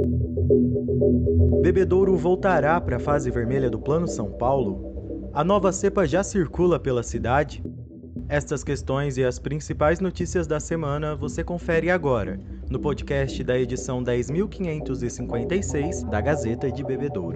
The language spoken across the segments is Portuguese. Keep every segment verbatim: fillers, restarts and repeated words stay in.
Bebedouro voltará para a fase vermelha do Plano São Paulo? A nova cepa já circula pela cidade? Estas questões e as principais notícias da semana você confere agora, no podcast da edição dez mil quinhentos e cinquenta e seis da Gazeta de Bebedouro.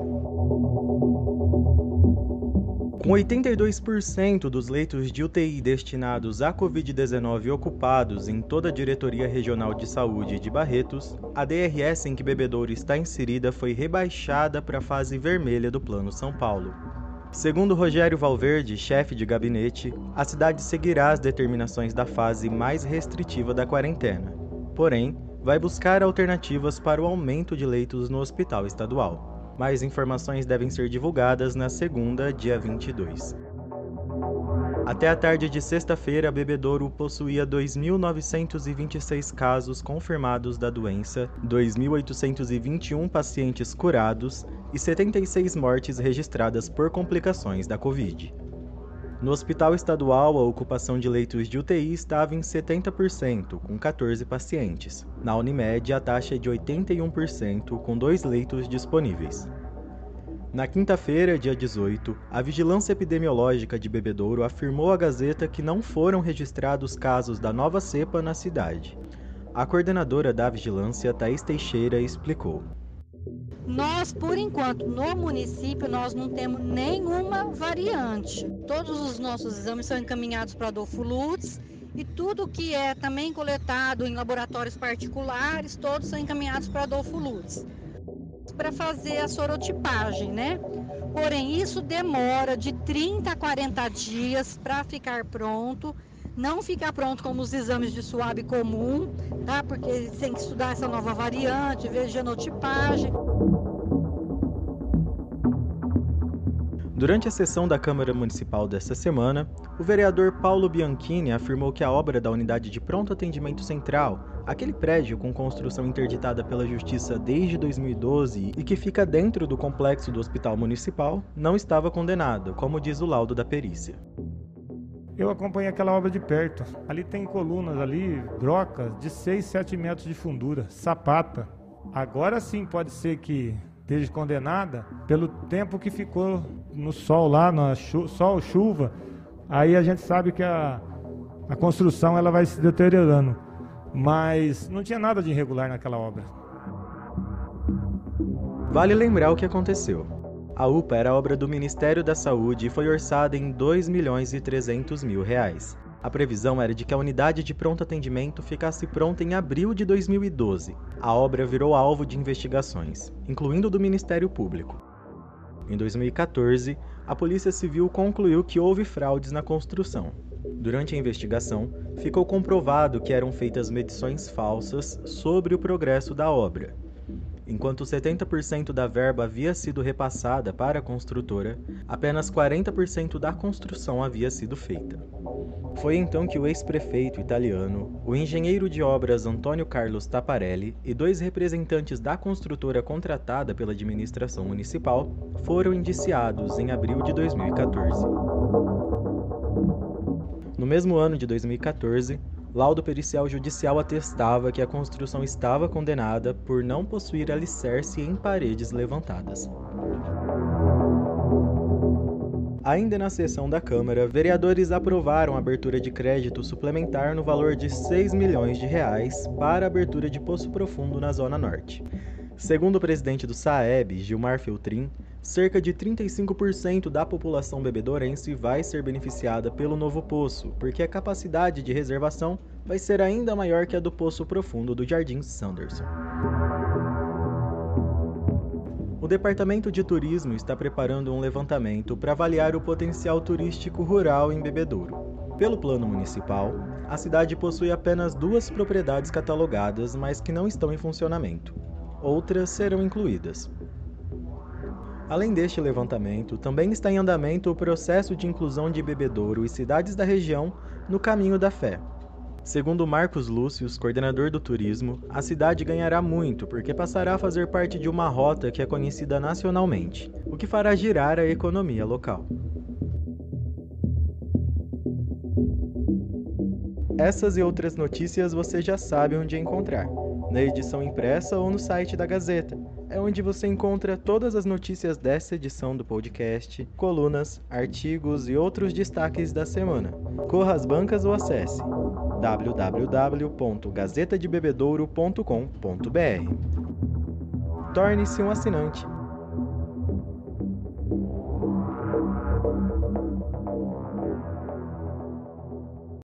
Com oitenta e dois por cento dos leitos de U T I destinados à covid dezenove ocupados em toda a Diretoria Regional de Saúde de Barretos, a D R S em que Bebedouro está inserida foi rebaixada para a fase vermelha do Plano São Paulo. Segundo Rogério Valverde, chefe de gabinete, a cidade seguirá as determinações da fase mais restritiva da quarentena. Porém, vai buscar alternativas para o aumento de leitos no hospital estadual. Mais informações devem ser divulgadas na segunda, dia vinte e dois. Até a tarde de sexta-feira, Bebedouro possuía dois mil novecentos e vinte e seis casos confirmados da doença, dois mil oitocentos e vinte e um pacientes curados e setenta e seis mortes registradas por complicações da Covid. No hospital estadual, a ocupação de leitos de U T I estava em setenta por cento, com quatorze pacientes. Na Unimed, a taxa é de oitenta e um por cento, com dois leitos disponíveis. Na quinta-feira, dia dezoito, a Vigilância Epidemiológica de Bebedouro afirmou à Gazeta que não foram registrados casos da nova cepa na cidade. A coordenadora da Vigilância, Thaís Teixeira, explicou. Nós, por enquanto, no município, nós não temos nenhuma variante. Todos os nossos exames são encaminhados para Adolfo Lutz e tudo que é também coletado em laboratórios particulares, todos são encaminhados para Adolfo Lutz, para fazer a sorotipagem, né? Porém, isso demora de trinta a quarenta dias para ficar pronto. Não ficar pronto como os exames de suave comum, tá? Porque tem que estudar essa nova variante, ver genotipagem. Durante a sessão da Câmara Municipal desta semana, o vereador Paulo Bianchini afirmou que a obra da Unidade de Pronto Atendimento Central, aquele prédio com construção interditada pela Justiça desde dois mil e doze e que fica dentro do complexo do Hospital Municipal, não estava condenada, como diz o laudo da perícia. Eu acompanhei aquela obra de perto. Ali tem colunas ali, brocas de seis, sete metros de fundura, sapata. Agora sim pode ser que esteja condenada pelo tempo que ficou no sol lá, no chu- sol, chuva. Aí a gente sabe que a, a construção ela vai se deteriorando. Mas não tinha nada de irregular naquela obra. Vale lembrar o que aconteceu. A U P A era obra do Ministério da Saúde e foi orçada em dois milhões e trezentos mil reais. A previsão era de que a unidade de pronto atendimento ficasse pronta em abril de dois mil e doze. A obra virou alvo de investigações, incluindo do Ministério Público. Em dois mil e quatorze, a Polícia Civil concluiu que houve fraudes na construção. Durante a investigação, ficou comprovado que eram feitas medições falsas sobre o progresso da obra. Enquanto setenta por cento da verba havia sido repassada para a construtora, apenas quarenta por cento da construção havia sido feita. Foi então que o ex-prefeito italiano, o engenheiro de obras Antônio Carlos Taparelli e dois representantes da construtora contratada pela administração municipal foram indiciados em abril de dois mil e quatorze. No mesmo ano de dois mil e quatorze, laudo pericial judicial atestava que a construção estava condenada por não possuir alicerce em paredes levantadas. Ainda na sessão da Câmara, vereadores aprovaram a abertura de crédito suplementar no valor de seis milhões de reais para a abertura de poço profundo na Zona Norte. Segundo o presidente do SAEB, Gilmar Feltrin, cerca de trinta e cinco por cento da população bebedourense vai ser beneficiada pelo novo poço, porque a capacidade de reservação vai ser ainda maior que a do poço profundo do Jardim Sanderson. O Departamento de Turismo está preparando um levantamento para avaliar o potencial turístico rural em Bebedouro. Pelo plano municipal, a cidade possui apenas duas propriedades catalogadas, mas que não estão em funcionamento. Outras serão incluídas. Além deste levantamento, também está em andamento o processo de inclusão de Bebedouro e cidades da região no Caminho da Fé. Segundo Marcos Lúcius, coordenador do turismo, a cidade ganhará muito porque passará a fazer parte de uma rota que é conhecida nacionalmente, o que fará girar a economia local. Essas e outras notícias você já sabe onde encontrar. na edição impressa ou no site da Gazeta. É onde você encontra todas as notícias dessa edição do podcast, colunas, artigos e outros destaques da semana. Corra às bancas ou acesse w w w ponto gazeta de bebedouro ponto com ponto b r. Torne-se um assinante